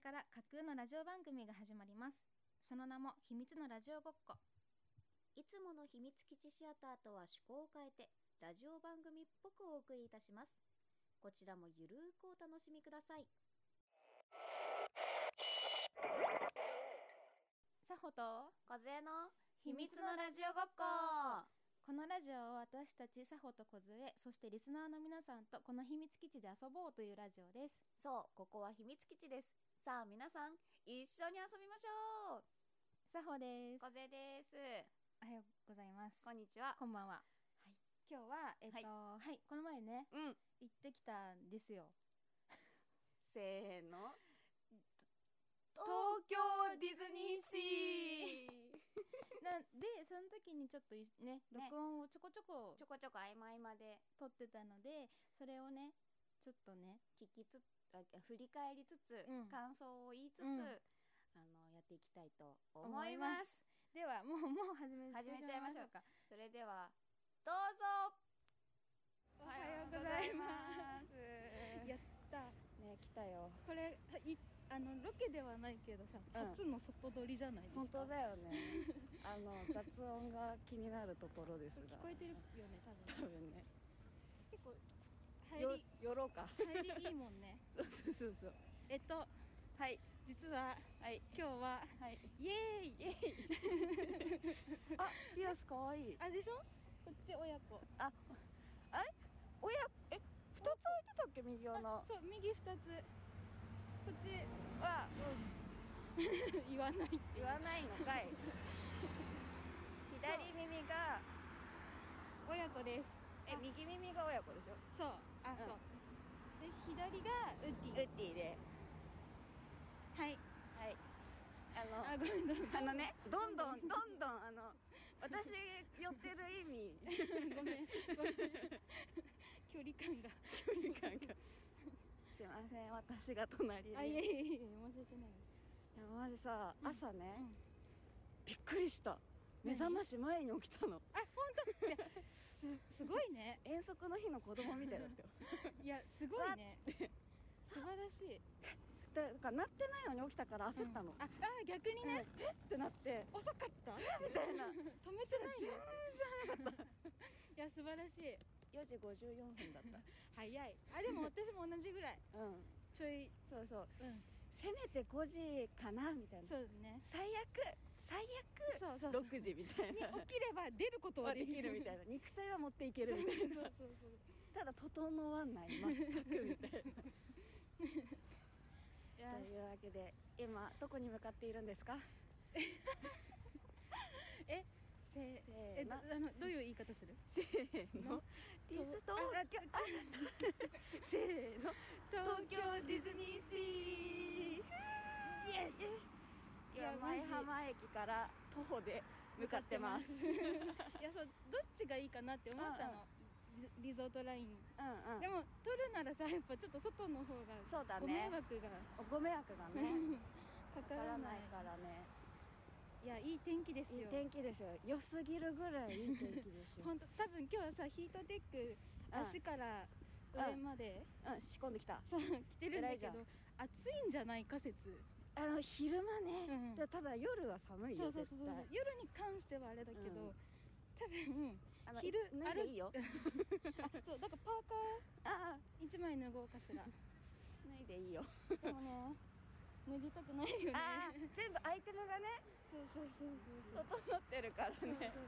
から架空のラジオ番組が始まります。その名も秘密のラジオごっこ。 いつもの秘密基地シアターとは趣向を変えてラジオ番組っぽくお送りいたします。こちらもゆるーくお楽しみください。 さほと小杖の秘密のラジオごっこ。 このラジオを私たちさほと小杖、そしてリスナーの皆さんとこの秘密基地で遊ぼうというラジオです。 そう、ここは秘密基地です。さあ皆さん一緒に遊びましょう。 さほです。 小杖です。 おはようございます。 こんにちは。 こんばんは。 はい、 今日ははい、この前ね、行ってきたんですよ。 せーの、東京ディズニーシーなんでその時にちょっとね録音をちょこちょこ合間合間で撮ってたので、それをねちょっとね振り返りつつ、感想を言いつつ、やっていきたいと思います。 ではもう始めちゃいましょうか。 それではどうぞ。 おはようございます。やったね、来たよ。 これロケではないけどさ、初の外撮りじゃないですか。 本当だよね雑音が気になるところですが聞こえてるよね、多分ね。結構寄ろうか。 入りいいもんねそうはい、 実は、 はい、 今日は、 はい、 イエーイあ、ピアスかわいい。 あ、でしょ。こっち親子。 2つ置いてたっけ、右側の。 そう、右2つ。こっちは、 言わないのかい左耳が親子です。 右耳が親子でしょ。 そう、そうで、左がウッディで、 はいはい、 ごめんね、どんどん私寄ってる意味ごめん距離感がすいません、私が隣で。 いえ申し訳ないです。 いやマジさ、朝ね、びっくりした。目覚まし前に起きたの。 あ、本当すごいね。 遠足の日の子供みたいだったよいや、すごいね。素晴らしい。 だから鳴ってないのに起きたから焦ったの。 逆にね、 ってなって、 遅かったみたいな。 止めてないよ。 全然早かった。 いや、素晴らしい。 4時54分だった。 早い。でも私も同じぐらい。ちょい。 そう、せめて5時かなみたいな。 そうね。 最悪そう 6時みたいな。 に起きれば出ることはできるみたいな。肉体は持っていけるみたいな。 そうただ整わない全くみたいなというわけで、今どこに向かっているんですか？ どういう言い方する？ せーの、せーの、東京ディズニーシー。イエス。今舞浜駅から徒歩で向かってます。 いや、そう、どっちがいいかなって思ったの。リゾートライン。でも撮るならさ、やっぱちょっと外の方がご迷惑がねかからないからね。 いや、いい天気ですよ。 いい天気ですよ。良すぎるぐらいいい天気ですよ。 本当、多分今日はさ、ヒートテック足から上まで仕込んできた。 そう、着てるんだけど暑いんじゃないか説。 昼間ね、ただ夜は寒いよ。そう夜に関してはあれだけど、多分昼脱いでいいよそうだからパーカー1枚脱ごうかしら。 脱いでいいよ。 でもね、脱ぎたくないよね。 全部アイテムがね、 そう整ってるからね。いや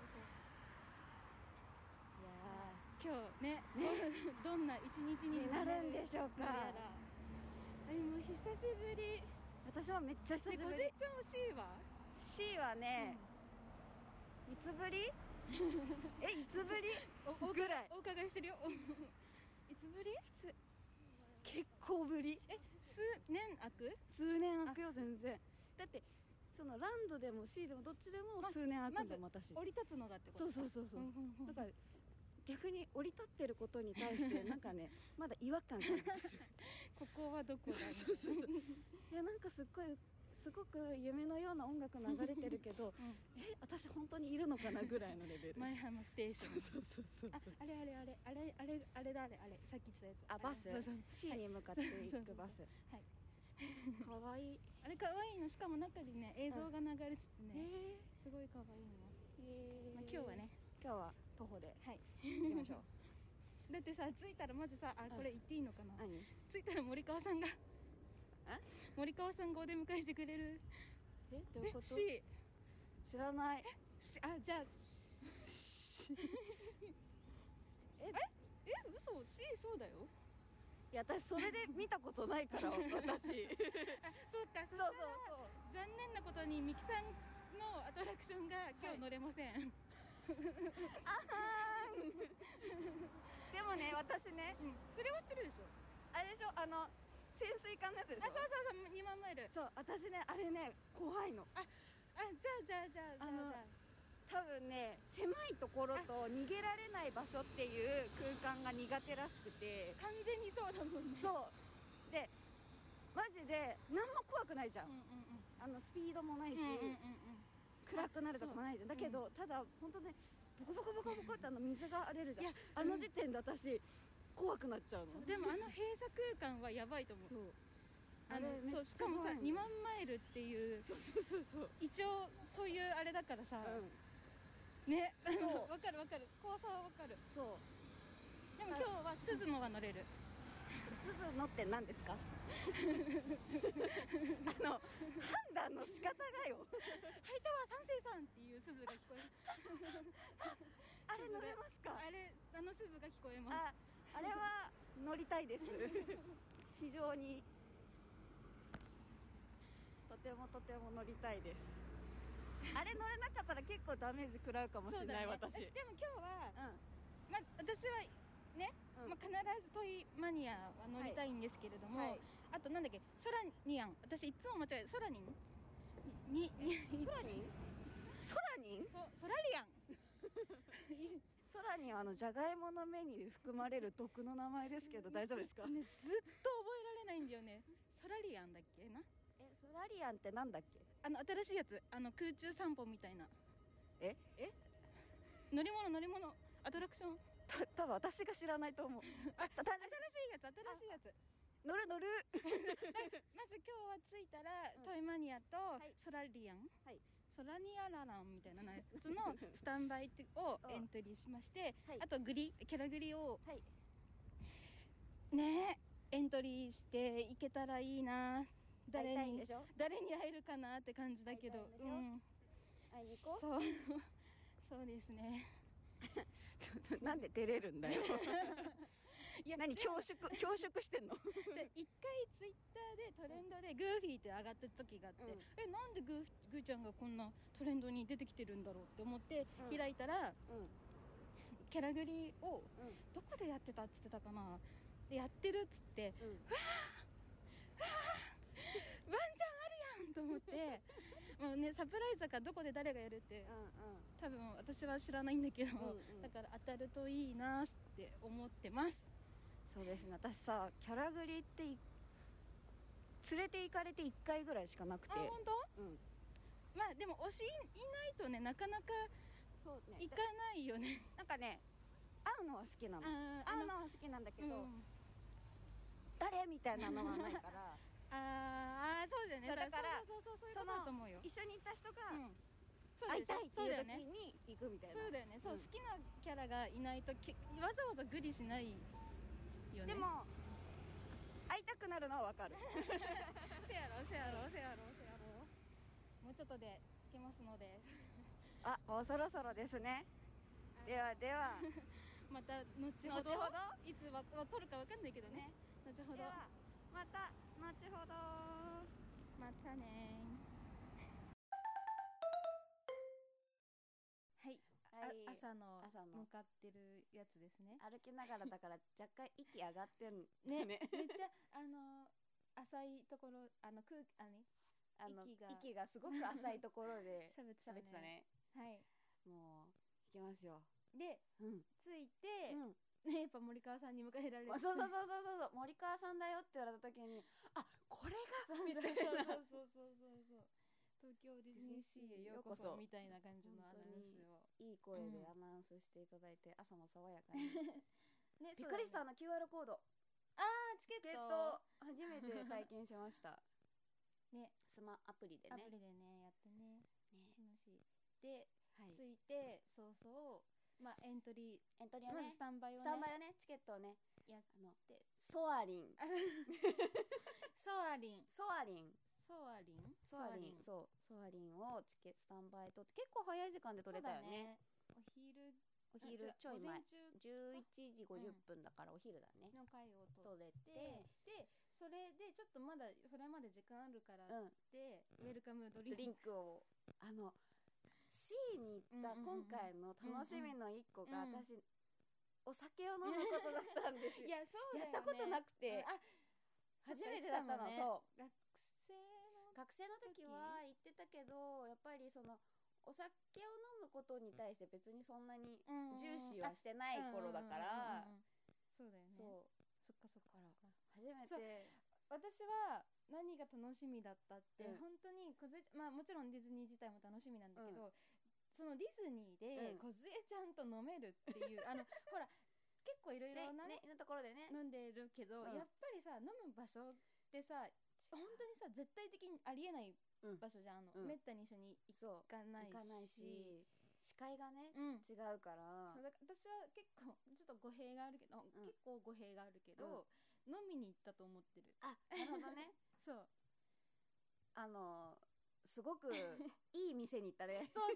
今日ねどんな一日になるんでしょうか。 もう久しぶり。 私はめっちゃ久しぶり。 小杖ちゃんも C はね、いつぶりいつぶりぐらいお伺いしてるよ。いつぶり？ 結構ぶり。 数年空くよ。 全然。だってそのランドでも C でもどっちでも数年空くんだもん。私降り立つのだってことか。そうだから逆に降り立ってることに対してなんかねまだ違和感感じてる。 ここはどこだ？ そういや、なんかすごく夢のような音楽流れてるけど、私本当にいるのかなぐらいのレベル。 舞浜ステーション。 そうあれだ、さっき言ってたやつ。 バス。C に向かっていくバス。 はいかわいい。 あれかわいいの。しかも中にね映像が流れててね、すごいかわいいの。まあ、今日はね、 今日は徒歩ではい行きましょう。 だってさ、着いたらまずさ、あ、これ言っていいのかな、 何？ 着いたら森川さんが森川さんがお出迎えしてくれる。 どういうこと？ 知らない。 あ、じゃあ嘘。そうだよ。 いや、私それで見たことないから私そうか。そう残念なことにミキさんのアトラクションが今日乗れません。 でもね、私ね、 それは知ってるでしょ。 あれでしょ、潜水艦のやつでしょ。 そう2万マイル。 そう、私ね、あれね怖いの。 じゃあ多分ね、狭いところと逃げられない場所っていう空間が苦手らしくて。 完全にそうだもんね。 そうで、マジで何も怖くないじゃん。スピードもないし、暗くなるとかもないじゃん。だけど、ただ本当ね、ボコボコって水が荒れるじゃん。あの時点で私怖くなっちゃうの。 でも閉鎖空間はやばいと思う。そうしかもさ、2万マイルっていう、一応そういうあれだからさ、ね、わかる怖さはわかる。そうでも今日は鈴野が乗れる。 鈴野って何ですか？判断の仕方がよ。 ハイタワー三世さんっていう鈴が聞こえる。 あれ乗れますか？ あの鈴が聞こえます。 あれは乗りたいです。非常にとても乗りたいです。あれ乗れなかったら結構ダメージ食らうかもしれない、私。でも今日は、私はね、必ずトイマニアは乗りたいんですけれども、あとなんだっけ、ソラニアン、私いつも間違える。ソラニンソラニンソラリアンソラニンはじゃがいもの芽に含まれる毒の名前ですけど大丈夫ですか？ ね、ずっと覚えられないんだよね。ソラリアンだっけな。 ソラリアンってなんだっけ？ 新しいやつ、空中散歩みたいな。乗り物アトラクション。 多分私が知らないと思う。 新しいやつ乗る。まず今日は着いたら、トイマニアとソラリアン、ソラニアラランみたいなやつのスタンバイをエントリーしまして、あとキャラグリをねエントリーしていけたらいいな。誰に会えるかなって感じだけど、 会いに行こう。そうですね。 なんで照れるんだよ。いや、何恐縮してんの？ じゃ一回ツイッターでトレンドでグーフィーって上がった時があって、なんでグーちゃんがこんなトレンドに出てきてるんだろうって思って開いたら、キャラグリをどこでやってたって言ってたかな。でやってるっつって、ワンチャンあるやんと思って、もうね、サプライズだからどこで誰がやるって、多分私は知らないんだけど、だから当たるといいなって思ってます。 そうですね。私さ、キャラグリって連れて行かれて1回ぐらいしかなくて。 本当？まあでも推しいないとね、なかなか行かないよね。 なんかね、会うのは好きなの。会うのは好きなんだけど、誰みたいなのはないから。 そうだよね。 だからそうだと思うよ。 一緒に行った人が会いたいっていう時に行くみたいな。 そうだよね。そう、好きなキャラがいないとわざわざグリしないよね。 でも会いたくなるのはわかる。 せやろ。もうちょっとで着きますので。 もうそろそろですね。ではまた後ほどいつ撮るかわかんないけどね。後ほど。 また後ほど。 またね。はい、朝の向かってるやつですね。 歩きながらだから若干息上がってんね。めっちゃ浅いところ息がすごく浅いところで喋ってたね。はい。 もう行きますよ。 で、着いて。ね、やっぱ森川さんに迎えられる。 そう森川さんだよって言われた時に、これがみたいな。 そう東京ディズニーシーへようこそみたいな感じのアナウンスをいい声でアナウンスしていただいて、朝も爽やかに。びっくりした。QR コード。 チケッチケットト初めて体験しましたね、 アプリでねアプリでねやってね、 ね楽しいで、 はい、 ついてそうそう、まあ、エントリーをねまずスタンバイをねチケットをねやってソアリンソアリンソアリンそうソアリンをスタンバイ取って結構早い時間で取れたよね。 お昼ちょい前 11 時50分だからお昼だね、 の回を取れってでそれでちょっとまだそれまで時間あるからって、ウェルカムドリンクをC に行った今回の楽しみの一個が、私お酒を飲むことだったんですよ。 いやそうだよね、 やったことなくて、初めてだったの。そう学生の時は行ってたけど、やっぱりそのお酒を飲むことに対して別にそんなに重視はしてない頃だから、 そうだよね。そっか初めて私は何が楽しみだったって、本当にまあもちろんディズニー自体も楽しみなんだけど、そのディズニーで梢ちゃんと飲めるっていうほら結構いろいろなところでね飲んでるけど、やっぱりさ飲む場所ってさ本当にさ絶対的にありえない場所じゃん、めったに一緒に行かないし視界がね、違うから私は結構ちょっと語弊があるけど、結構語弊があるけど、飲みに行ったと思ってる。 なるほどねそうすごくいい店に行ったねそう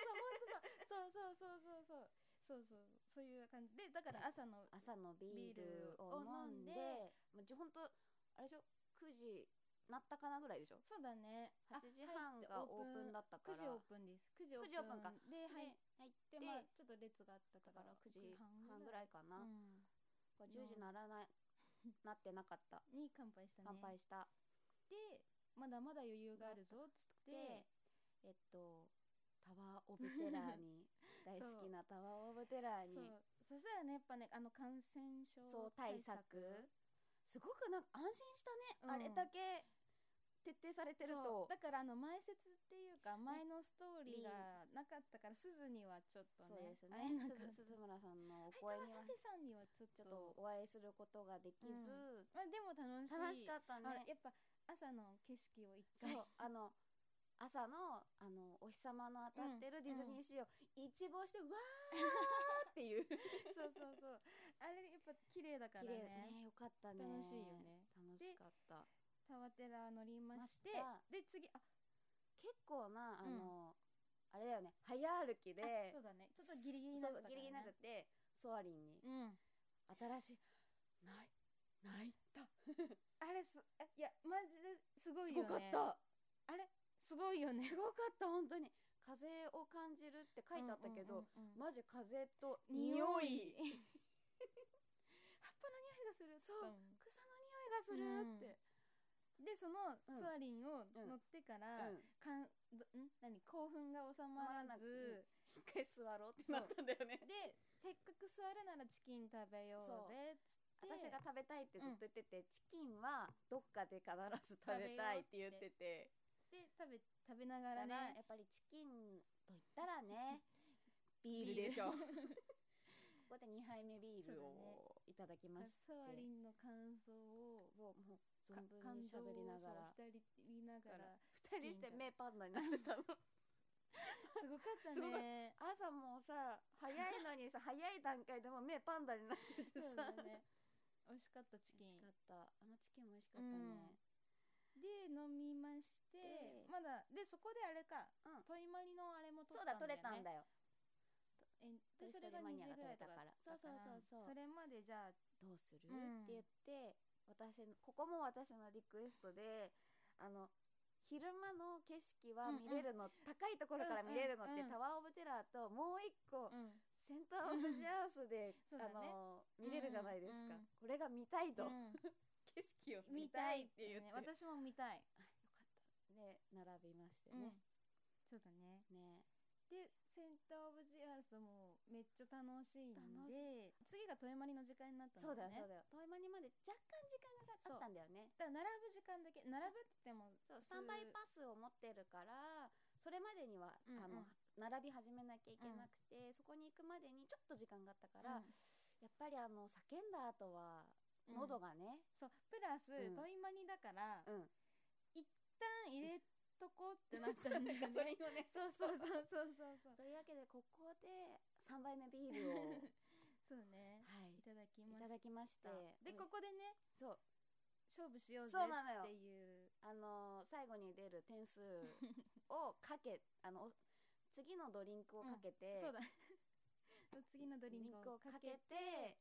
いう感じで、だから朝のビールを飲んでほんとあれでしょ、9時なったかなぐらいでしょ。 そうだね、 8時半がオープンだったから、 9時オープンです。9時オープンかで入って、まあちょっと列があったから 9時半ぐらいかな、10時なってなかったに乾杯したね。 乾杯したでまだまだ余裕があるぞっつってタワーオブテラーに大好きなタワーオブテラーにそしたらねやっぱね感染症対策すごくなんか安心したね、あれだけ徹底されてると。 だから前説っていうか前のストーリーがなかったから、鈴にはちょっとね、 そうですね、鈴村さんのお声にはさんにはちょっとお会いすることができず、 まあでも楽しかったね。やっぱ朝の景色を一回朝のお日様の当たってるディズニーシーを一望してわーっていうそうあれやっぱ綺麗だからね。 よかったね。 楽しいよね。 楽しかった。 タワテラ乗りまして、で次結構なあれだよね、早歩きで、 そうだね、ちょっとギリギリになっちゃったからね。 ギリギリになっちゃってソアリンに新しい泣いたあれいやマジですごいよね。 すごかった。 あれすごいよね。 すごかった本当に。風を感じるって書いてあったけど、マジ風と匂い葉っぱの匂いがする。 そう、草の匂いがするって、でそのソアリンを乗ってから、興奮が収まらず一回座ろうってなったんだよね。 でせっかく座るならチキン食べようぜっつって、 私が食べたいってずっと言ってて、チキンはどっかで必ず食べたいって言ってて、 で食べながらね、 やっぱりチキンと言ったらねビールでしょここで2杯目ビールをいただきまして、 ソアリンの感想をもう存分に喋りながら 2 人して目パンダになってたのすごかったね。 朝もうさ早いのにさ早い段階でも目パンダになっててさ、 そうだね、美味しかったチキン。 美味しかった。チキンも美味しかったね。 で飲みまして、まだでそこであれか、トイマリのあれも取ったんだよね。 そうだ、取れたんだよ。 でそれが2時ぐらいとかそうそれまでじゃあどうする、って言って、ここも私のリクエストで昼間の景色は見れるの、高いところから見れるのって、タワーオブテラーともう一個、センターオブジアースで、見れるじゃないですか、これが見たいと、景色を見たいって言って、 私も見たい。 よかったで並びましてね、 そうだね。でセンターオブジアースもめっちゃ楽しいんで、次がトイマリの時間になったんだよね。 そうだよ、トイマリまで若干時間があったんだよね。 だから並ぶ時間だけ、並ぶって言ってもスタンバイパスを持ってるから、それまでには並び始めなきゃいけなくて、そこに行くまでにちょっと時間があったから、やっぱり叫んだ後は喉がね、 そうプラストイマニだから、一旦入れとこうってなったんだよね。 それをね、 そうというわけでここで3杯目ビールをそうね、はい、いただきました。でここでね、 そう勝負しようぜっていう最後に出る点数をかけ次のドリンクをかけて、 そうだ次のドリンクをかけて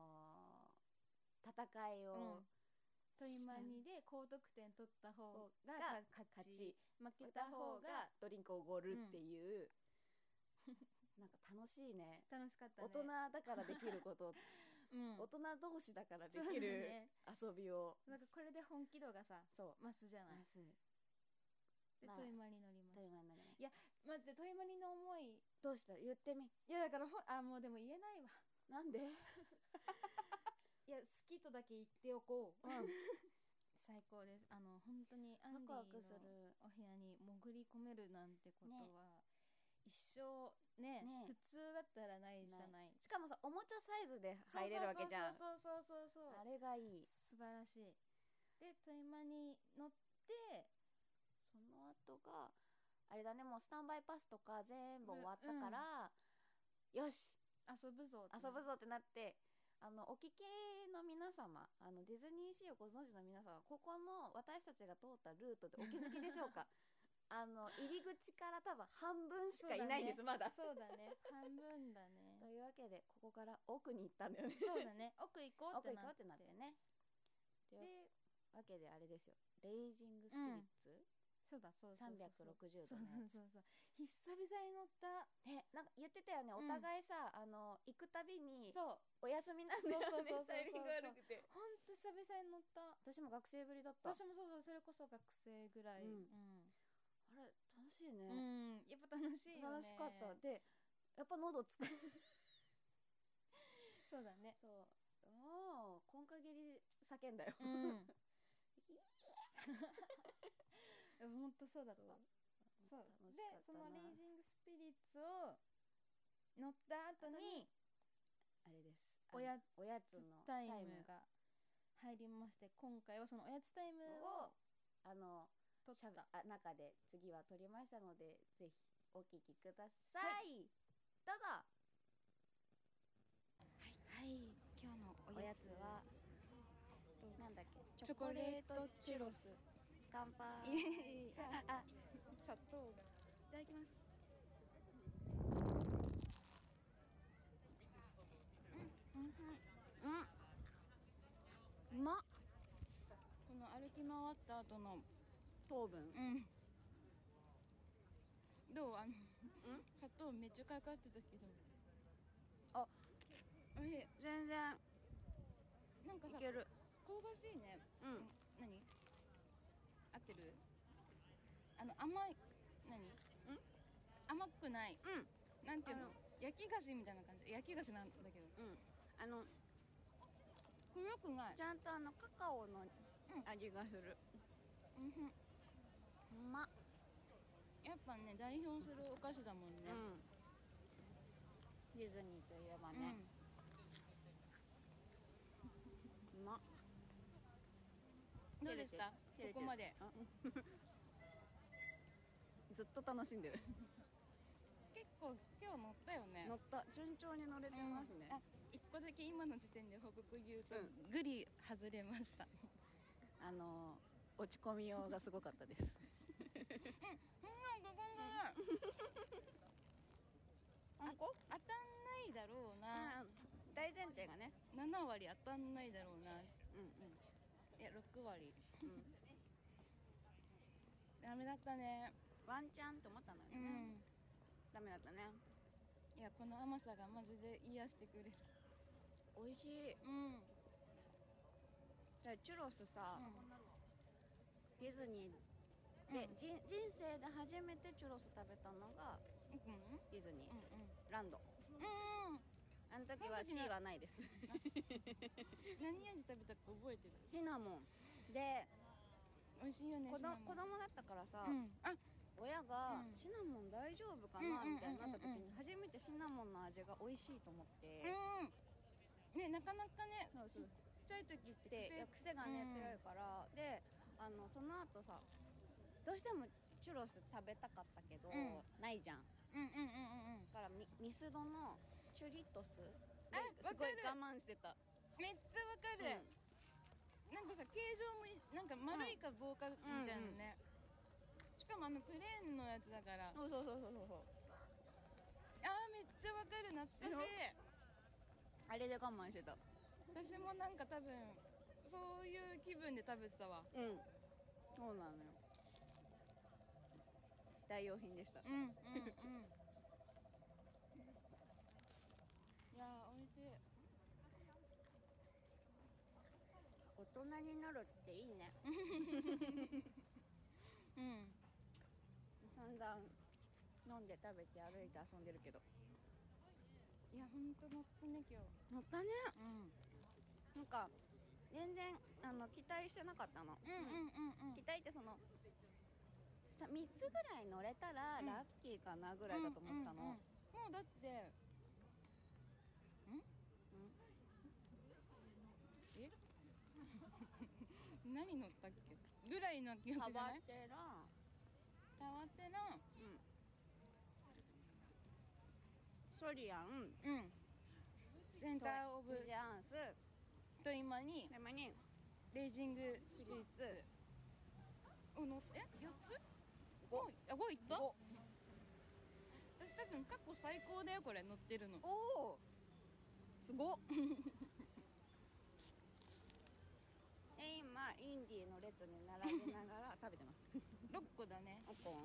戦いを、 トイマニで高得点取った方が勝ち、負けた方がドリンクをおごるっていう、なんか楽しいね。 楽しかったね。 大人だからできること大人同士だからできる遊びを、 なんかこれで本気度がさ増すじゃない。でトイマニ乗りました。いや待って、トイマニの思いどうした、言ってみ。 いやだからもうでも言えないわ。 なんでいや好きとだけ言っておこう。最高です。本当にアンディのお部屋に潜り込めるなんてことは、一生ね普通だったらないじゃない。 しかもさ、おもちゃサイズで入れるわけじゃん。 そうあれがいい。 素晴らしい。でトイマニ乗って、 その後があれだね、もうスタンバイパスとか全部終わったから、よし遊ぶぞってなって、お聞きの皆様、ディズニーシーをご存知の皆様、ここの私たちが通ったルートでお気づきでしょうか。入り口から多分半分しかいないんです、まだ。 そうだね、半分だね。 というわけでここから奥に行ったんだよね。 そうだね、奥行こうってなってね。というわけであれですよ、レイジングスピリッツ、 そう 360度ね。そう久々に乗ったね。なんか言ってたよね、お互いさ、行くたびにお休みなんだよね、タイミング悪くて。 ほんと久々に乗った。 私も学生ぶりだった。 私もそれこそ学生ぐらい。 あれ楽しいね。 やっぱ楽しいよね。 楽しかった。でやっぱ喉つく。 そうだね。 コンカギリ叫んだよ。 ほんとそうだった。そうで、そのレイジングスピリッツを乗った後にあれです、 おやつのタイムが入りまして、今回はそのおやつタイムを中で次は撮りましたので、ぜひお聞きください。どうぞ。はい、 今日のおやつはなんだっけ、 チョコレートチュロス。 乾杯。 砂糖が。いただきます。 うまっ。 この歩き回った後の糖分。 どう？砂糖めっちゃかかってたけど。 全然なんかさ、 いける。 香ばしいね。何？合ってる？甘い。甘くない。なんていうの？焼き菓子みたいな感じ。焼き菓子なんだけど。黒くない。 ちゃんとカカオの味がする。うまっ。 やっぱね、代表するお菓子だもんね。 ディズニーといえばね。うまっ。 どうですか？ここまで。 ずっと楽しんでる。 結構今日乗ったよね。 乗った。順調に乗れてますね。 一個だけ今の時点で報告言うと、グリ外れました。 落ち込みようがすごかったです。 当たんないだろうな。 大前提がね。 7割当たんないだろうな。いや6割。ダメだったね。 ワンチャンと思ったのよね。ダメだったね。 いや、この甘さがマジで癒してくれる。 美味しい。チュロスさ、ディズニーで人生で初めてチュロス食べたのがディズニーランド。あの時は C はないです。 何味食べたか覚えてる？ シナモンで、 美味しいよね。 子供だったからさ、親がシナモン大丈夫かなみたいになった時に初めてシナモンの味が美味しいと思って。 ね、なかなかね、 ちゃい時ってで癖がね、強いからでその後さどうしてもチュロス食べたかったけど、ないじゃん。だからミスドのチュリトスですごい我慢してた。 めっちゃわかる、なんかさ形状もなんか丸いか棒かみたいなね、しかもプレーンのやつだから。 そうめっちゃわかる、懐かしい。 あれで我慢してた。 私もなんか多分そういう気分で食べてたわ。 そうなのよ。代用品でした。いや美味しい。 大人になるっていいね。散々飲んで食べて歩いて遊んでるけど。 いやほんと乗ったね今日。 乗ったね。なんか全然期待してなかったの。期待ってその3つぐらい乗れたらラッキーかなぐらいだと思ってたの。もうだって何乗ったっけぐらいの記憶じゃない？タワテラ、 ソリアン、 センターオブジャンスと今にレイジングスピリッツを乗って4つ？5いった？私多分過去最高だよこれ乗ってるの。 おおすごっ。今インディーの列に並びながら食べてます 6個だね。 6個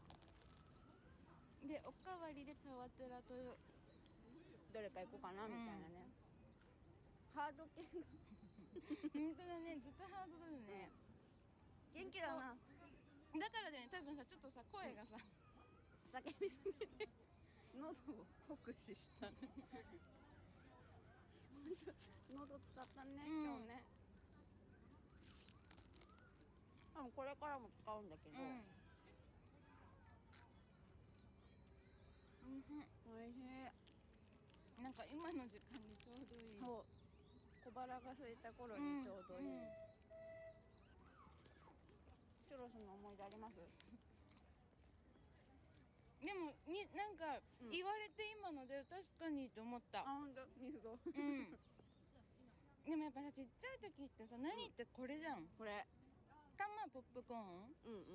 でおかわりでタワテラとどれか行こうかなみたいなね、ハード系が本当だね、ずっとハードだね、 元気だな。 だからだよね、多分さちょっとさ声がさ、 叫びすぎて喉を酷使したね喉使ったね、今日ね。多分これからも使うんだけど、おいしい。 なんか今の時間にちょうどいい。 そう、小腹が空いた頃にちょうどいい。チュロスの思い出あります？ でもなんか言われて今ので確かにと思った。 あ、ほんと？ミスド。 でもやっぱさちっちゃい時ってさ、何ってこれじゃん。 これかまあポップコーン。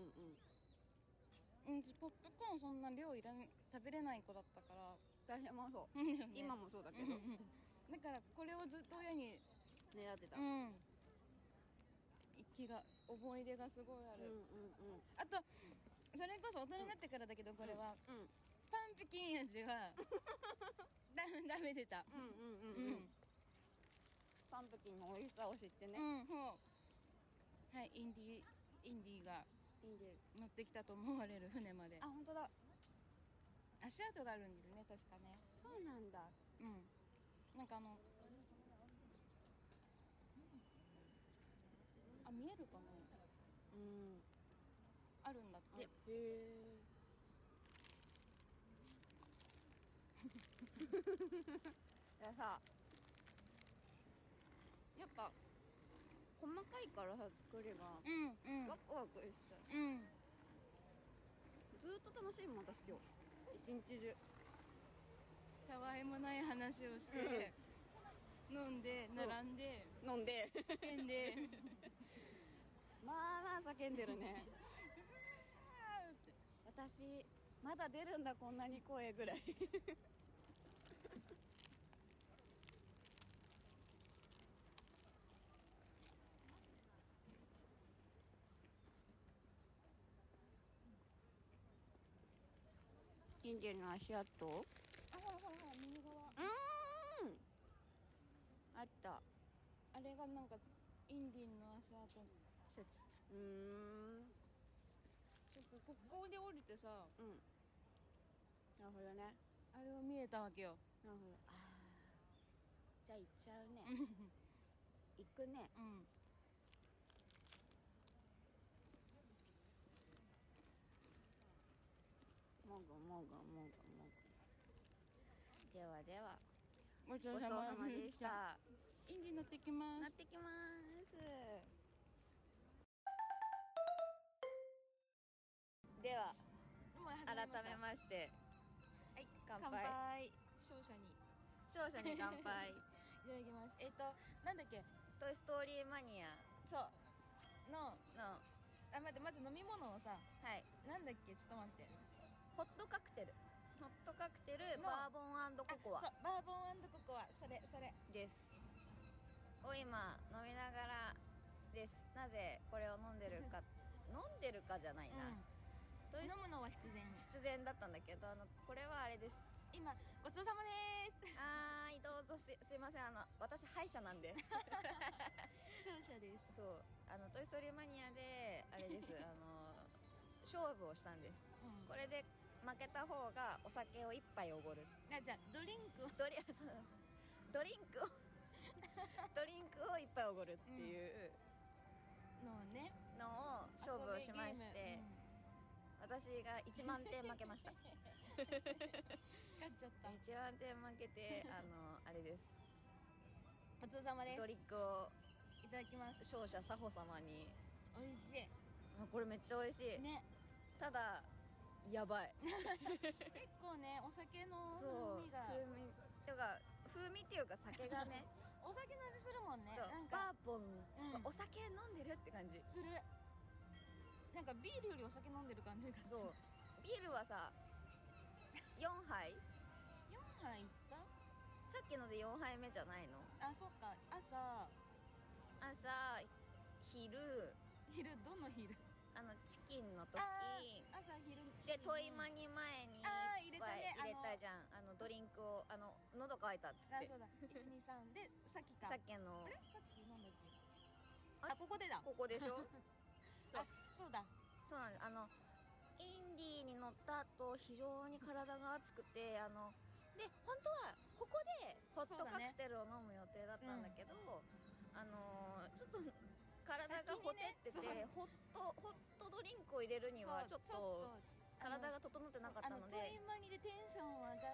ポップコーンそんな量食べれない子だったから。 私もそう。今もそうだけど。 だからこれをずっと親に狙ってた。 思い出がすごいある。あとそれこそ大人になってからだけど、これはパンプキン味が食べてた。 パンプキンの美味しさを知ってね。 はい、インディが乗ってきたと思われる船まで。 あ、本当だ。 足跡があるんだよね、確かね。 そうなんだ。 なんか見えるかな。あるんだって。へえ。 やっぱ細かいからさ、作りがワクワクしちゃう。ずっと楽しいもん私今日一日中。 たわいもない話をして飲んで並んで飲んで叫んでまあまあ叫んでるね私まだ出るんだこんなに声ぐらいインディの足跡、 右側あった。 あれがなんかインディンの足跡説。ちょっとここで降りてさ、 なるほどね。 あれを見えたわけよ。 なるほど。ああ、じゃあ行っちゃうね行くね。もぐもぐもぐもぐ。ではでは、ごちそうさまでした。 エンジン乗ってきます。 乗ってきます。では改めまして、 はい、 乾杯。 勝者に勝者に乾杯。 いただきます。なんだっけ、 トイストーリーマニアそうの待って、まず飲み物をさ、 はい、 なんだっけ、ちょっと待って、 ホットカクテルバーボン&ココア。 そう、バーボン&ココア、それですを今飲みながらです。なぜこれを飲んでるか飲んでるかじゃないな、 飲むのは必然だったんだけど、これはあれです。 今ごちそうさまです。 はい、どうぞ。すいません、私歯医者なんで勝者です。 そう、トイストーリーマニアであれです勝負をしたんです、これで負けた方がお酒を一杯おごる。 じゃあドリンクを一杯おごるっていうのを勝負をしまして、私が1万点負けました勝っちゃった。 1万点負けてあれです、 ごちそうさまです。 ドリンクをいただきます。 勝者佐穂様に。 美味しい。 これめっちゃ美味しいね。 ただやばい結構ね、お酒の風味が、 風味っていうか酒がねお酒の味するもんね。 なんかバーボン、お酒飲んでるって感じする。なんかビールよりお酒飲んでる感じがする。 そう、ビールはさ4杯 4杯いった。 さっきので4杯目じゃないの？ あ、そっか。朝昼どの昼？ チキンの時、 朝昼でトイマニ前に入れたじゃん、ドリンクを喉乾いたっつって。 そうだ、123でさっきか。 さっきのあれ、さっきなんだっけ、ここでだ。 ここでしょそうだ、 そうなんです。インディーに乗った後非常に体が熱くて、で本当はここでホットカクテルを飲む予定だったんだけど、ちょっと体がほてってて、ホットドリンクを入れるにはちょっと体が整ってなかったので、 トイマニでテンション上がって、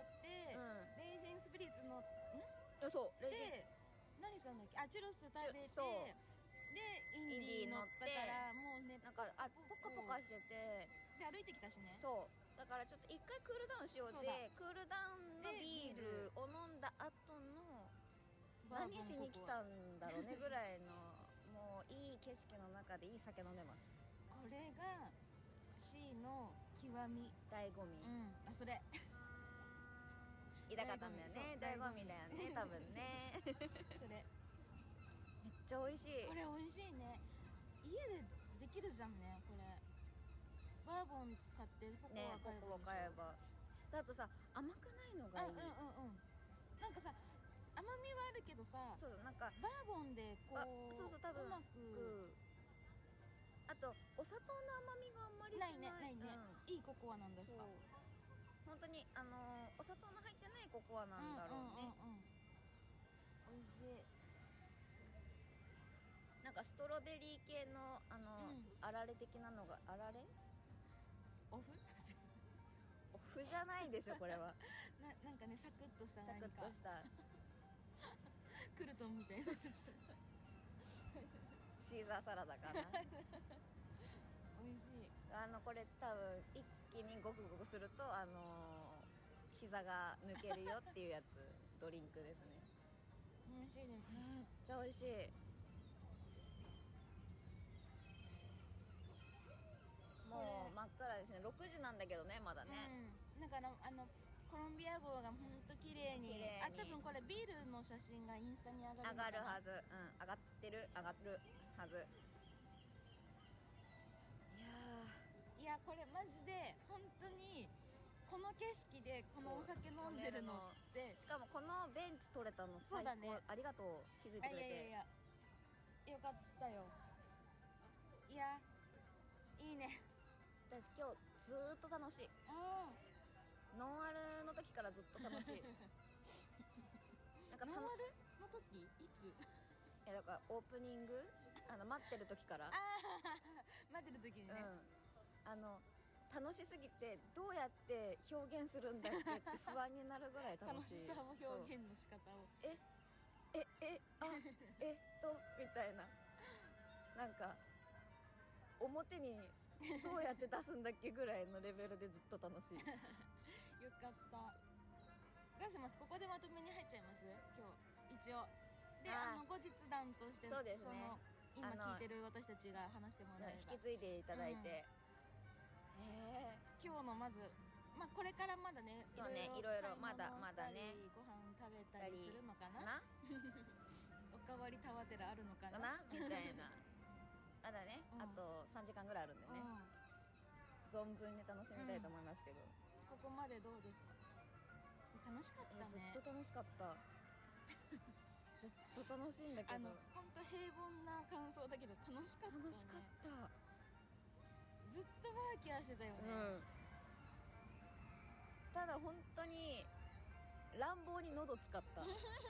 レイジンスピリッツので何したんだっけ、チュロス食べて、でインディー乗ったからもうね、なんかポカポカしてて、 で歩いてきたしね。 そうだからちょっと一回クールダウンしようで、クールダウンのビールを飲んだ後の何しに来たんだろうねぐらいのもういい景色の中でいい酒飲んでます。 これが C の極み、 醍醐味。 それ言いたかったんだよね。醍醐味だよね、多分ねそれめっちゃ美味しい。 これ美味しいね。家でできるじゃんね、これ。バーボン買ってココア買えば。 あとさ、甘くないのがいい。 なんかさ、甘みはあるけどさ、 そうだ、なんかバーボンでこう、 そう多分うまく、あとお砂糖の甘みがあんまりしないね。いいココアなんですか。 本当にお砂糖の入ってないココアなんだろうね。 美味しい。 なんかストロベリー系のあられ的なのが、あられ？ オフじゃないでしょこれは。 なんかね、サクッとした何か。 サクッとしたクルトンみたいな。 シーザーサラダかな。 美味しい。 これ多分一気にゴクゴクすると膝が抜けるよっていうやつドリンクですね。 美味しいです。めっちゃ美味しい。もう真っ暗ですね。6時なんだけどね、まだね。 なんかコロンビア号がほんと綺麗に。多分これビールの写真がインスタに上がるのかな。 上がるはず。上がるはず。 いやこれマジで本当にこの景色でこのお酒飲んでるのって、 しかもこのベンチ取れたの最高、ね、ありがとう、気づいてくれて。 よかったよ。いやいいね。 私今日ずーっと楽しい。ノンアルの時からずっと楽しい。なんかノンアルの時いつ？ いやだからオープニング待ってる時から。 待ってる時にね。 楽しすぎてどうやって表現するんだっけって不安になるぐらい楽しい。 楽しさを表現の仕方を。 みたいな、なんか表にどうやって出すんだっけぐらいのレベルでずっと楽しいよかった。どうします？ここでまとめに入っちゃいます？今日一応で後日談としてそうですね、 今聞いてる私たちが話してもらえば引き継いでいただいて、 今日のまずこれからまだね、 そうね、いろいろまだね、 ご飯食べたりするのかなおかわりたわてらあるのかなみたいなまだね、あと3時間ぐらいあるんでね、存分に楽しみたいと思いますけど、 ここまでどうですか？楽しかったね。 ずっと楽しかったずっと楽しいんだけど、 本当平凡な感想だけど楽しかったね。 楽しかった、 ずっとワーキャーしてたよね、 ただ本当に乱暴に喉使った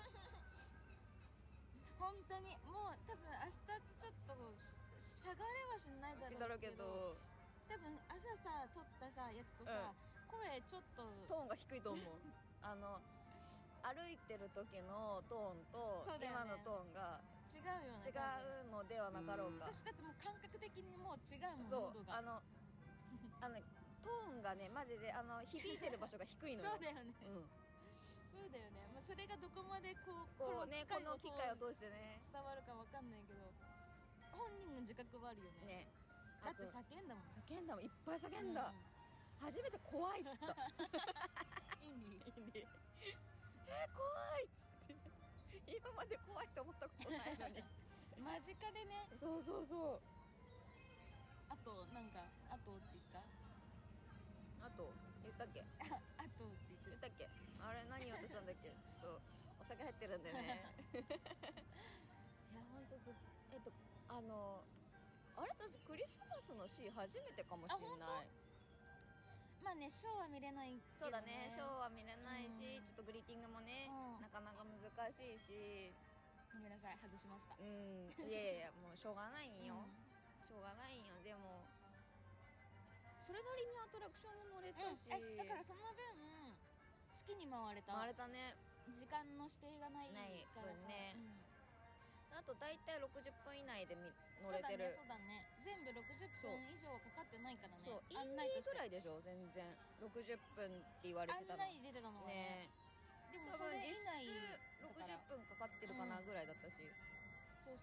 本当にもう多分明日ちょっとしゃがれはしないだろうけど多分朝さ撮ったさやつとさ、声ちょっとトーンが低いと思う歩いてる時のトーンと、今のトーンが違うよね、 違うのではなかろうか。 私だってもう感覚的にもう違うもん、 そう喉がトーンがねマジで響いてる場所が低いのよそうだよね、そうだよね、それがどこまでこの機械を通してね伝わるかわかんないけど、本人の自覚はあるよね。だって叫んだもん、 いっぱい叫んだ、初めて怖いっつったインディ怖いっつって今まで怖いと思ったことないのに間近でね。 そうあとなんかあとって言ったあと言ったっけあとって言ったっけ、あれ何言おうとしたんだっけちょっとお酒入ってるんでねいや本当あれ私クリスマスのシーン初めてかもしれない。 まあね、ショーは見れないけどね。 そうだね、ショーは見れないし、ちょっとグリーティングもね、なかなか難しいし、 ごめんなさい外しました。 いやもうしょうがないんよ、しょうがないんよ。でもそれなりにアトラクションも乗れたし、 だからその分好きに回れたね。時間の指定がないからさね、あと大体60分以内で乗れてる。 そうだね、全部60分以上かかってないからね。 そう、インディーぐらいでしょ全然。60分って言われてたの、 案内出てたのはね。でもそれ以内 60分かかってるかなぐらいだったし、 そう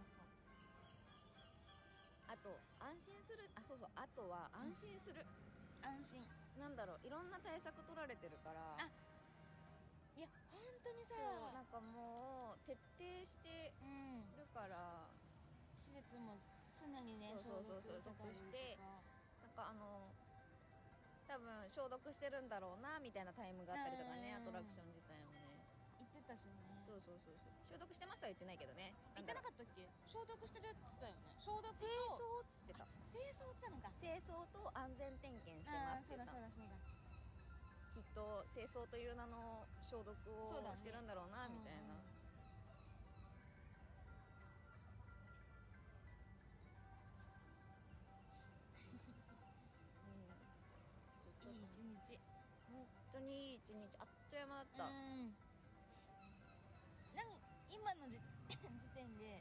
あと安心する、あとは安心する、 安心なんだろう、いろんな対策取られてるから、 いや本当にさ、 なんかもう徹底してるから、 施設も常にね消毒して、なんか多分消毒してるんだろうなみたいなタイムがあったりとかね、アトラクション自体もね言ってたしね。 そう消毒してましたは言ってないけどね。 言ってなかったっけ？消毒してるって言ってたよね。消毒と清掃っつってた。 清掃って言ったのか。 清掃と安全点検してますって言った。 そうだきっと清掃という名の消毒をしてるんだろうなみたいな。 いい一日、 本当にいい一日、あっという間だった。 今の時点で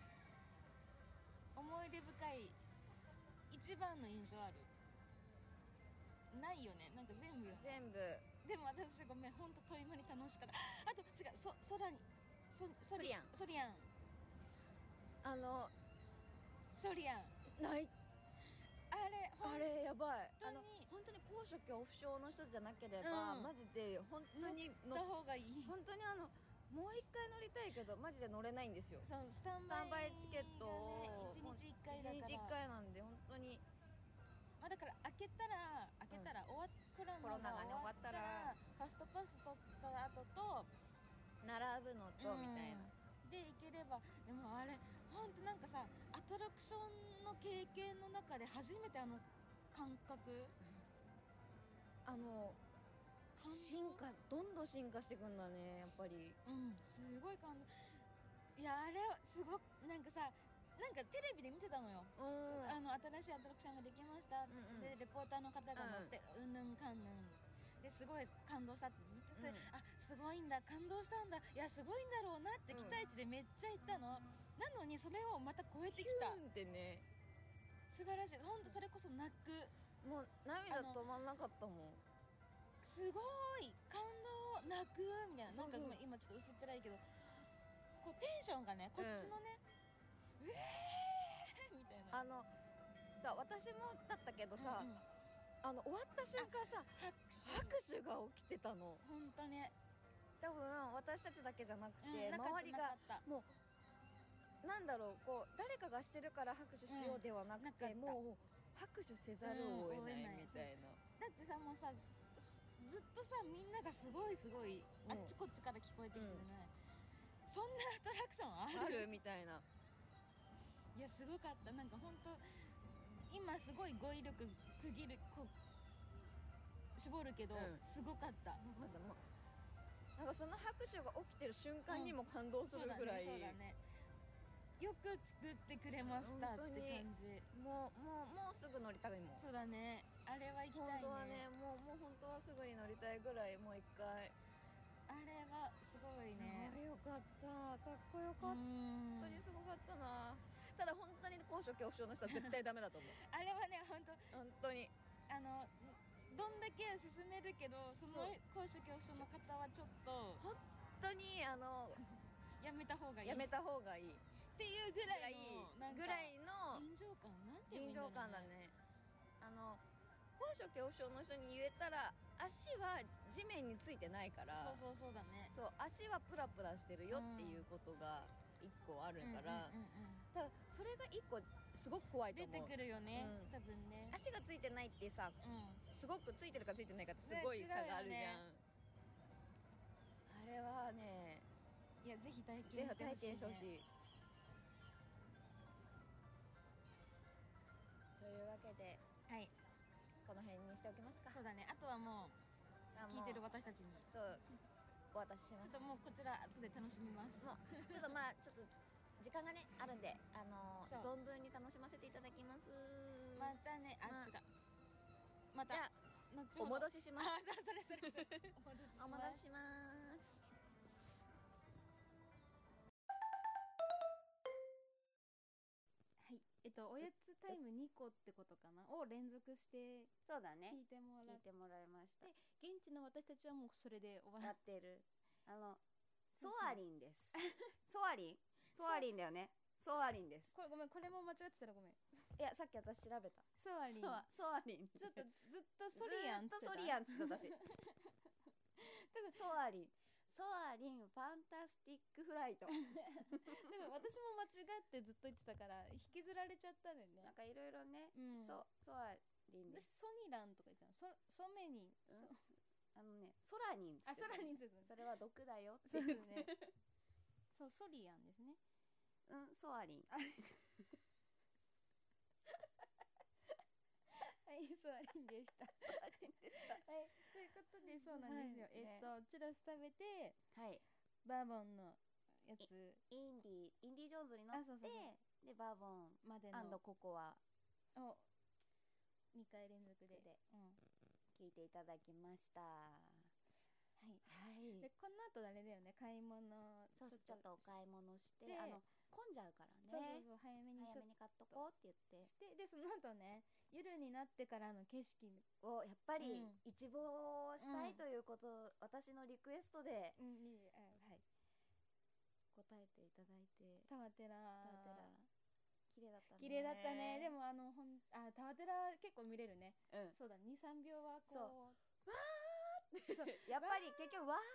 思い出深い一番の印象ある？ないよね。なんか全部よね。 全部。 でも私ごめん、本当という間に楽しかった。あと違う、ソリアンソリアンない。あれやばい。本当に高所恐怖症の人じゃなければ、マジで本当に乗った方がいい。 本当にもう一回乗りたいけどマジで乗れないんですよ。 スタンバイチケットを1日1回だから、 1日1回なんで本当に。 だから開けたらコロナが終わったらファストパス取った後と並ぶのとみたいなで行ければ。でもあれ本当なんかさ、アトラクションの経験の中で初めて感覚どんどん進化していくんだね、やっぱり。すごい感動。いやあれすごくなんかさ、なんかテレビで見てたのよ。新しいアトラクションができました、でレポーターの方が乗ってうんぬんかんぬんですごい感動したってずっと言って、 うんあすごいんだ感動したんだいやすごいんだろうなって期待値でめっちゃ言ったの、なのにそれをまた超えてきた。 キュンってね、 素晴らしい。本当それこそ泣く、 もう涙止まんなかったもん。 すごい感動泣くみたいな、 そうそうなんか今ちょっと薄っぺらいけどこうテンションがねこっちのね、うえーみたいな、 さ私もだったけどさ、終わった瞬間さ拍手が起きてたの。 本当ね、 多分私たちだけじゃなくて、 なかった周りがなかったもうなんだろう、こう誰かがしてるから拍手しようではなくて、 なかったもう拍手せざるを得ないみたいな、 だってさもうさずっとさみんながすごいあっちこっちから聞こえてきてね、そんなアトラクションあるみたいな。 いやすごかった。なんか本当今すごい語彙力区切る絞るけど、すごかった。 なんかその拍手が起きてる瞬間にも感動するぐらい、 そうだねよく作ってくれましたって感じ。 もうすぐ乗りたいもん。 そうだね、あれは行きたいね。 本当はね、もう本当はすぐに乗りたいぐらい、もう一回。 あれはすごいね。 すごいよかった、かっこよかった。本当にすごかったな。ただ本当に高所恐怖症の人は絶対ダメだと思うあれはね本当にどんだけ進めるけどその高所恐怖症の方はちょっと本当にやめた方がいい、 やめた方がいいっていうぐらいの臨場感、なんていうんだろうね、臨場感だね。 高所恐怖症の人に言えたら、足は地面についてないから、 そうだね、 そう足はプラプラしてるよっていうことが一個あるから、だからそれが一個すごく怖いと思う。 出てくるよね、多分ね。 足がついてないってさ、すごくついてるかついてないかってすごい差があるじゃん、あれはね、 いやぜひ体験してほしい、 というわけで、 はい、 この辺にしておきますか。 そうだね、あとはもう聞いてる私たちにそうお渡しします。 ちょっともうこちら後で楽しみます。 もうちょっとちょっと時間がねあるんで、存分に楽しませていただきます。 またね、違う、またじゃあお戻しします。 それお戻しします。 はい、おやつタイム2個ってことかなを連続してそうだね、 聞いてもらいました。で現地の私たちはもうそれで終わってる。 ソアリンです。ソアリンだよね。ソアリンです。 これごめん、これも間違ってたらごめん。いやさっき私調べた。 ソアリンちょっとずっとソリアンってずっとソリアンって言ってた私多分ソアリンファンタスティックフライトでも私も間違ってずっと言ってたから引きずられちゃったんだよね。 なんかいろいろね、ソアリンです。 私ソニランとか言ってたの。ソメニン、 ソラニンってソラニンってそれは毒だよっていうねそう、ソリアンですね。 ソアリンはい、ソアリンでした。はい、ということでそうなんですよ。チュラス食べて、バーボンのやつ、 インディ・ジョーンズに乗ってでバーボンまでのココアを2回連続で聞いていただきました。はい、 でこの後あれだよね、買い物ちょっとお買い物して混んじゃうからね、 そう早めに買っとこうって言ってしてでその後ね、夜になってからの景色をやっぱり一望したいということ、私のリクエストで答えていただいて、 タワテラ綺麗だったね。 綺麗だったね。でもタワテラ結構見れるね。そうだ、 2,3 秒はこうわーってやっぱり結局わー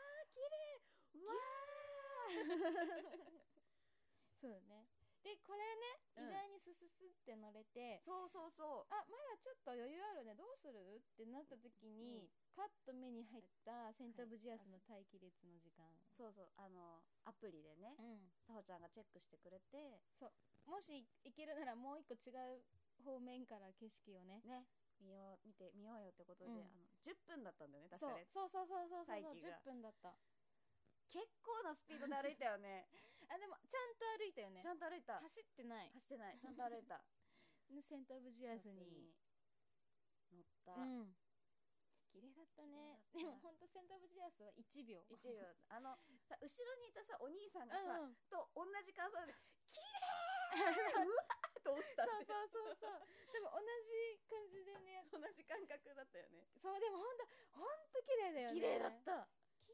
綺麗わーそうだね。でこれね、意外にスススって乗れて、 そうまだちょっと余裕あるね、どうするってなった時に、パッと目に入ったセントブジアスの待機列の時間、アプリでね、さほちゃんがチェックしてくれて、もし行けるならもう一個違う方面から景色をね見ようよってことで、10分だったんだよね、確かね。 そう10分だった。 結構なスピードで歩いたよねでもちゃんと歩いたよね。 ちゃんと歩いた。 走ってないちゃんと歩いたセントブジアスに乗った、 綺麗だったね。 綺麗だったでもほんとセント・オブ・ジアスは1秒 1秒さ、後ろにいたさお兄さんがさ、 うんと同じ感想で綺麗うわーと思ってたってそうそうそうそう多分同じ感じでね。 同じ感覚だったよね。 そうでもほんと綺麗だよね。 綺麗だった。 綺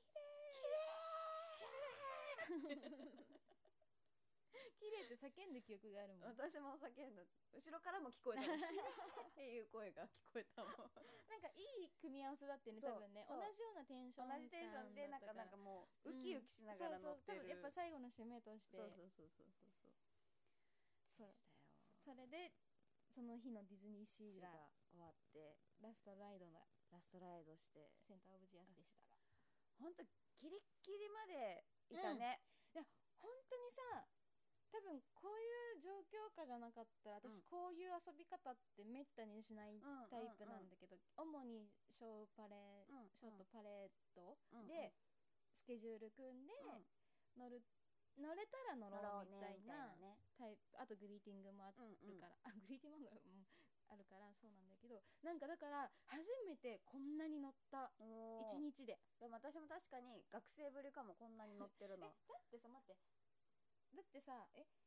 麗って叫んだ記憶があるもん。 私も叫んだ。後ろからも聞こえたもん綺麗っていう声が聞こえたもんなんかいい組み合わせだってね、多分ね。同じようなテンション感同じテンションでなんかもうウキウキしながら乗ってる、 そうそう多分やっぱ最後の締めとして。 そうそれでその日のディズニーシーが終わってラストライドしてセンターオブジアスでしたが、 ほんとギリッギリまでいたね、 いや本当にさ、多分こういう状況下じゃなかったら私こういう遊び方ってめったにしないタイプなんだけど、主にショートパレードでスケジュール組んで乗れたら乗ろうみたいなタイプ。あとグリーティングもあるから、グリーティングもあるからそうなんだけど、なんかだから初めてこんなに乗った1日で。 でも私も確かに学生ぶりかも、こんなに乗ってるのだってさ待って、だってさ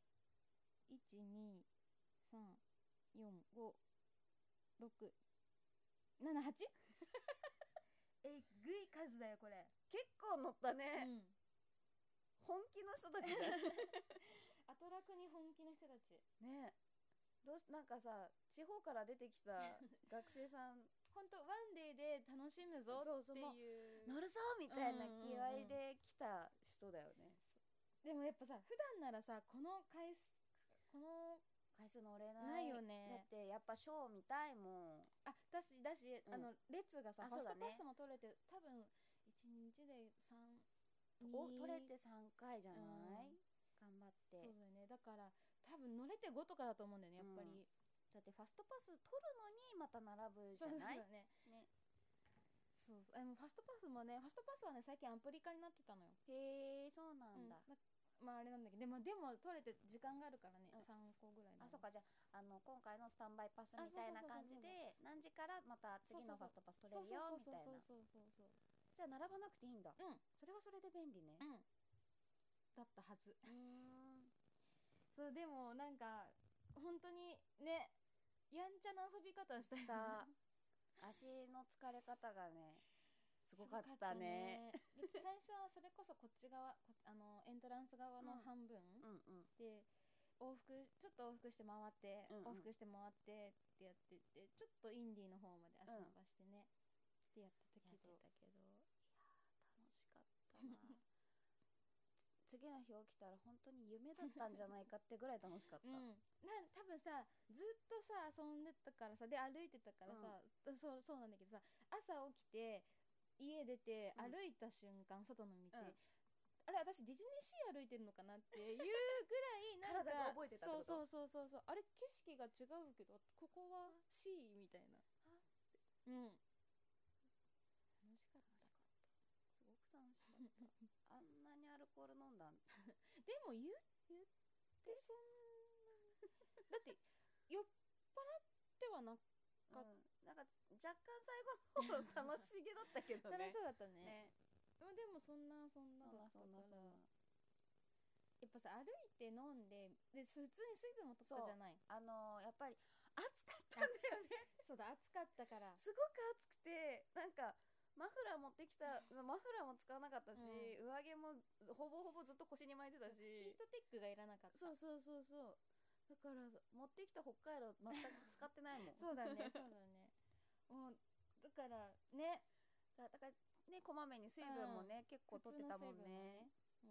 123456788えぐい数だよこれ。 結構乗ったね、本気の人たちじゃんアトラクに本気の人たちね。なんかさ、地方から出てきた学生さん本当ワンデーで楽しむぞっていう乗るぞみたいな気合で来た人だよね、 でもやっぱさ普段ならさこの回数乗れないよね。 だってやっぱショー見たいもん。 だし、列がさファストパスも取れて、多分1日で取れて3回じゃない、頑張って。 そうだよね。だから多分乗れて5とかだと思うんだよね、やっぱり、 だってファストパス取るのにまた並ぶじゃない。 そうね。そうファストパスもね、ファストパスはね最近アプリ化になってたのよ。 へえ、そうなんだ。 まああれなんだけど、でも取れて時間があるからね、3個ぐらい。 そうか、じゃあ今回のスタンバイパスみたいな感じで何時からまた次のファストパス取れるよみたいな。じゃあ並ばなくていいんだ。それはそれで便利ね。 だったはず。そうでもなんか本当にね、やんちゃな遊び方したよね。 足の疲れ方がねすごかったね。 最初はそれこそこっち側エントランス側の半分でちょっと往復して回って往復して回ってってやってて、ちょっとインディーの方まで足伸ばしてねってやってたけど、いや楽しかったな。次の日起きたら本当に夢だったんじゃないかってぐらい楽しかった。 多分さずっとさ遊んでたからさ、で歩いてたからさ、そうなんだけどさ、朝起きて家出て歩いた瞬間、外の道、あれ私ディズニーシー歩いてるのかなっていうぐらいなんか体が覚えてたってこと。 そうあれ景色が違うけどここはシーみたいな。楽しかった。 すごく楽しかったあんなにアルコール飲んだんでも言ってそんなだって酔っ払ってはなかった、 なんか若干最後の方楽しげだったけどね。 楽しそうだったね。でもそんなだったからやっぱさ歩いて飲んで普通に水分も取ったじゃない。 やっぱり暑かったんだよね。 そうだ、暑かったからすごく暑くて、なんかマフラー持ってきたマフラーも使わなかったし、上着もほぼほぼずっと腰に巻いてたし、 ヒートテックがいらなかった。 そうだから持ってきた北海道全く使ってないもん。 そうだねもうだからねね、こまめに水分もね、結構取ってたもんね。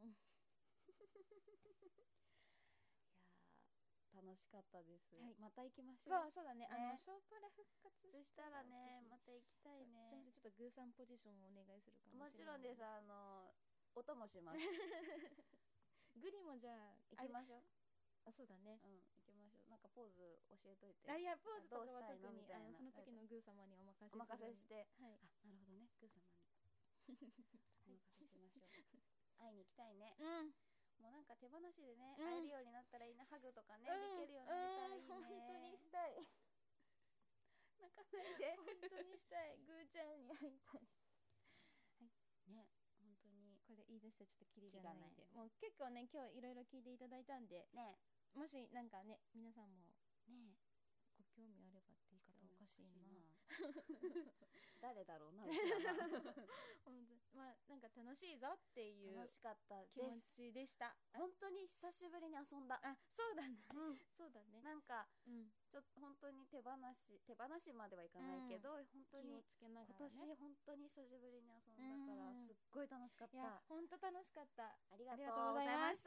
いや楽しかったです、また行きましょう。 そうだね、ショーパレ復活そしたらねまた行きたいね。 先生ちょっとグーさんポジションをお願いするかもしれない。 もちろんです。音もします。 グリもじゃあ行きましょう。 そうだね、 行きましょう。なんかポーズ教えといて。 いやポーズとかは特にその時のグー様にお任せして、なるほどね、グー様にお任せしましょう。会いに行きたいね。もうなんか手放しでね、会えるようになったらいいな。ハグとかね、できるようになったらいいね。 本当にしたい。 泣かないで。 本当にしたい。グーちゃんに会みたい。 ね、本当にこれ言い出したらちょっとキリがないんで、もう結構ね今日いろいろ聞いていただいたんで、 ね、 もしなんかね皆さんもね、 ご興味あればって言い方おかしいな誰だろうな、うちはな本当まあなんか楽しいぞっていう楽しかったです。 気持ちでした。 本当に久しぶりに遊んだ。 あ、そうだね、そうだね。 なんか、 うん、 ちょっと本当に手放しまではいかないけど、本当に気をつけながらね、 今年本当に久しぶりに遊んだからすっごい楽しかった。 いや本当楽しかった。 ありがとうございました。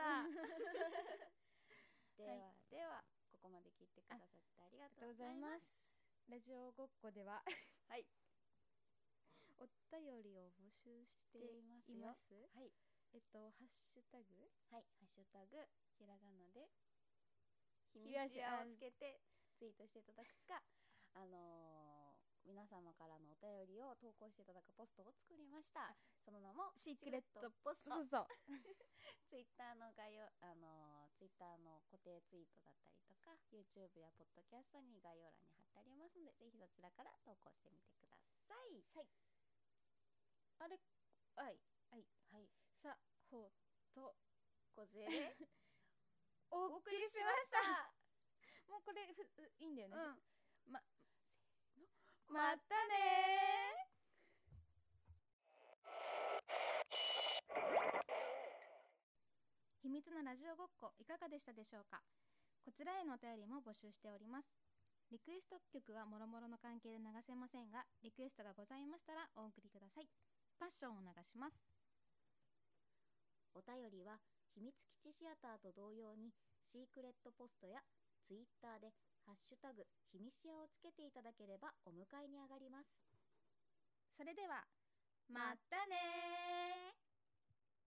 ではここまで聞いてくださってありがとうございます。 ラジオごっこでははい、 お便りを募集しています。 はい、 ハッシュタグ、 はい、ハッシュタグひらがなでひみしやをつけてツイートしていただくか、皆様からのお便りを投稿していただくポストを作りました。その名もシークレットポスト。ツイッターのツイッターの固定ツイートだったりとか YouTube やポッドキャストに概要欄に貼ってありますので、ぜひそちらから投稿してみてください。 はい、あれ、はいはいはい、さほと小勢でお送りしました。もうこれいいんだよね。またね。秘密のラジオごっこいかがでしたでしょうか。こちらへのお便りも募集しております。リクエスト曲はもろもろの関係で流せませんが、リクエストがございましたらお送りください。パッションを流します。 お便りは秘密基地シアターと同様にシークレットポストやツイッターでハッシュタグひみしやをつけていただければお迎えに上がります。 それではまたね。